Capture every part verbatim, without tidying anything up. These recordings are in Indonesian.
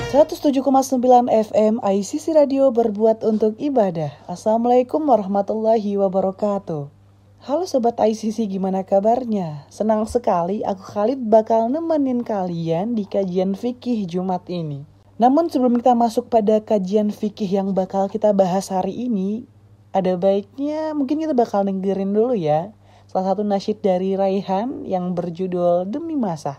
seratus tujuh koma sembilan F M I C C Radio berbuat untuk ibadah. Assalamualaikum warahmatullahi wabarakatuh. Halo Sobat I C C, gimana kabarnya? Senang sekali aku Khalid bakal nemenin kalian di kajian fikih Jumat ini. Namun sebelum kita masuk pada kajian fikih yang bakal kita bahas hari ini, ada baiknya mungkin kita bakal dengerin dulu ya salah satu nasyid dari Raihan yang berjudul Demi Masa.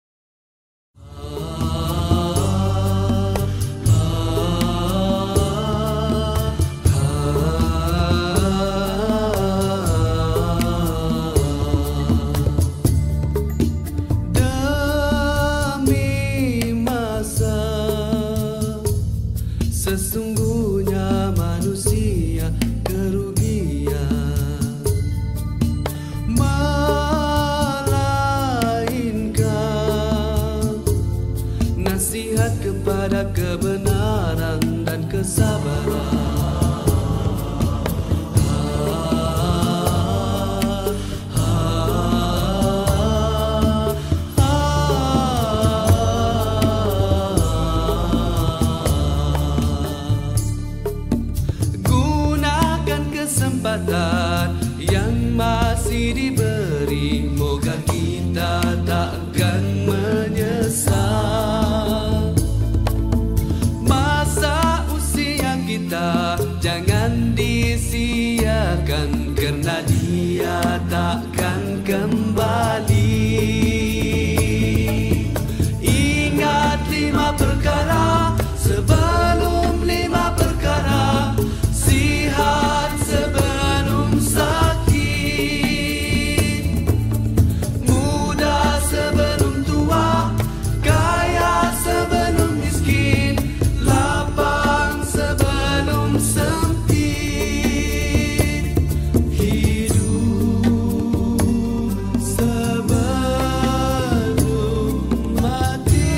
Sesungguhnya manusia kerugian, melainkan nasihat kepada kebenaran dan kesabaran. Yang masih diberi, moga kita takkan menyesal. Masa usia kita jangan disia-siakan, karena dia takkan kembali. Ingat lima perkara sebelum lima perkara, sihat sebelum sakit, muda sebelum tua, kaya sebelum miskin, lapang sebelum sempit, hidup sebelum mati.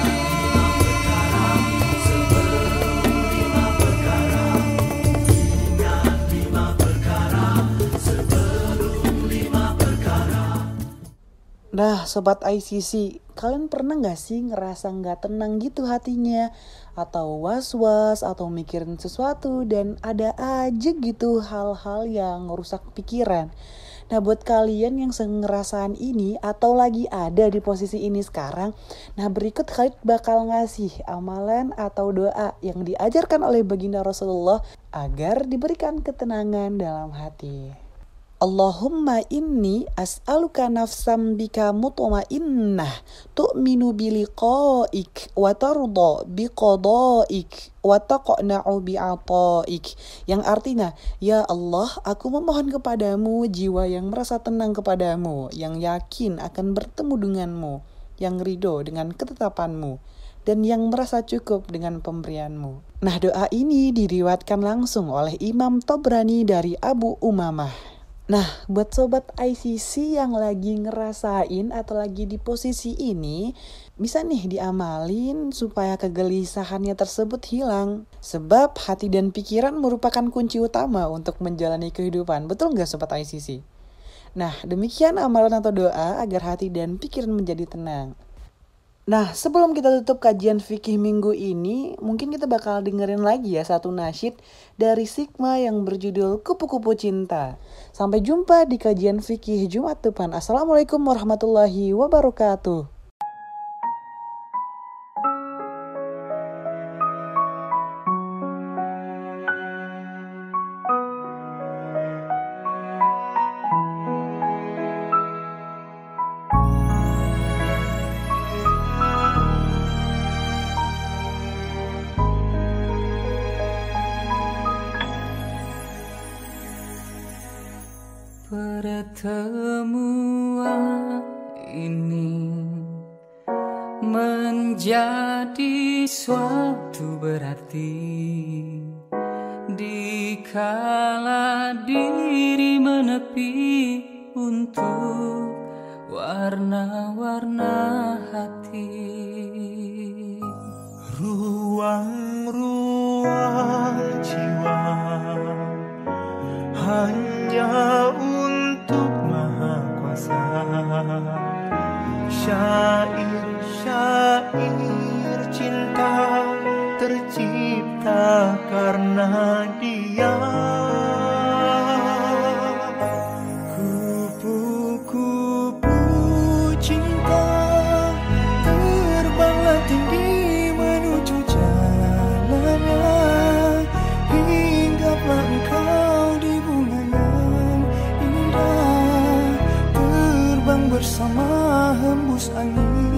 Sebelum lima perkara, ingat lima perkara sebelum lima perkara. Nah Sobat I C C, kalian pernah gak sih ngerasa gak tenang gitu hatinya? Atau was-was, atau mikirin sesuatu dan ada aja gitu hal-hal yang ngerusak pikiran. Nah buat kalian yang ngerasaan ini atau lagi ada di posisi ini sekarang, nah berikut Khalid bakal ngasih amalan atau doa yang diajarkan oleh baginda Rasulullah agar diberikan ketenangan dalam hati. Allahumma inni as'aluka nafsam bika mutmainnah tu'minu biliqa'ik wa tarda biqada'ik wa taqna'u bi'ata'ik. Yang artinya, ya Allah, aku memohon kepadamu jiwa yang merasa tenang kepadamu, yang yakin akan bertemu denganmu, yang ridho dengan ketetapanmu, dan yang merasa cukup dengan pemberianmu. Nah doa ini diriwayatkan langsung oleh Imam Tabrani dari Abu Umamah. Nah, buat Sobat I C C yang lagi ngerasain atau lagi di posisi ini, bisa nih diamalin supaya kegelisahannya tersebut hilang. Sebab hati dan pikiran merupakan kunci utama untuk menjalani kehidupan. Betul nggak Sobat I C C? Nah, demikian amalan atau doa agar hati dan pikiran menjadi tenang. Nah, sebelum kita tutup kajian fikih minggu ini, mungkin kita bakal dengerin lagi ya satu nasyid dari Sigma yang berjudul Kupu-Kupu Cinta. Sampai jumpa di kajian fikih Jumat depan. Assalamualaikum warahmatullahi wabarakatuh. Pertemuan ini menjadi suatu berarti, dikala diri menepi untuk warna-warna hati. Ruang-ruang jiwa hanya untuk Maha Kuasa. Syair-syair cinta bersama hembus angin.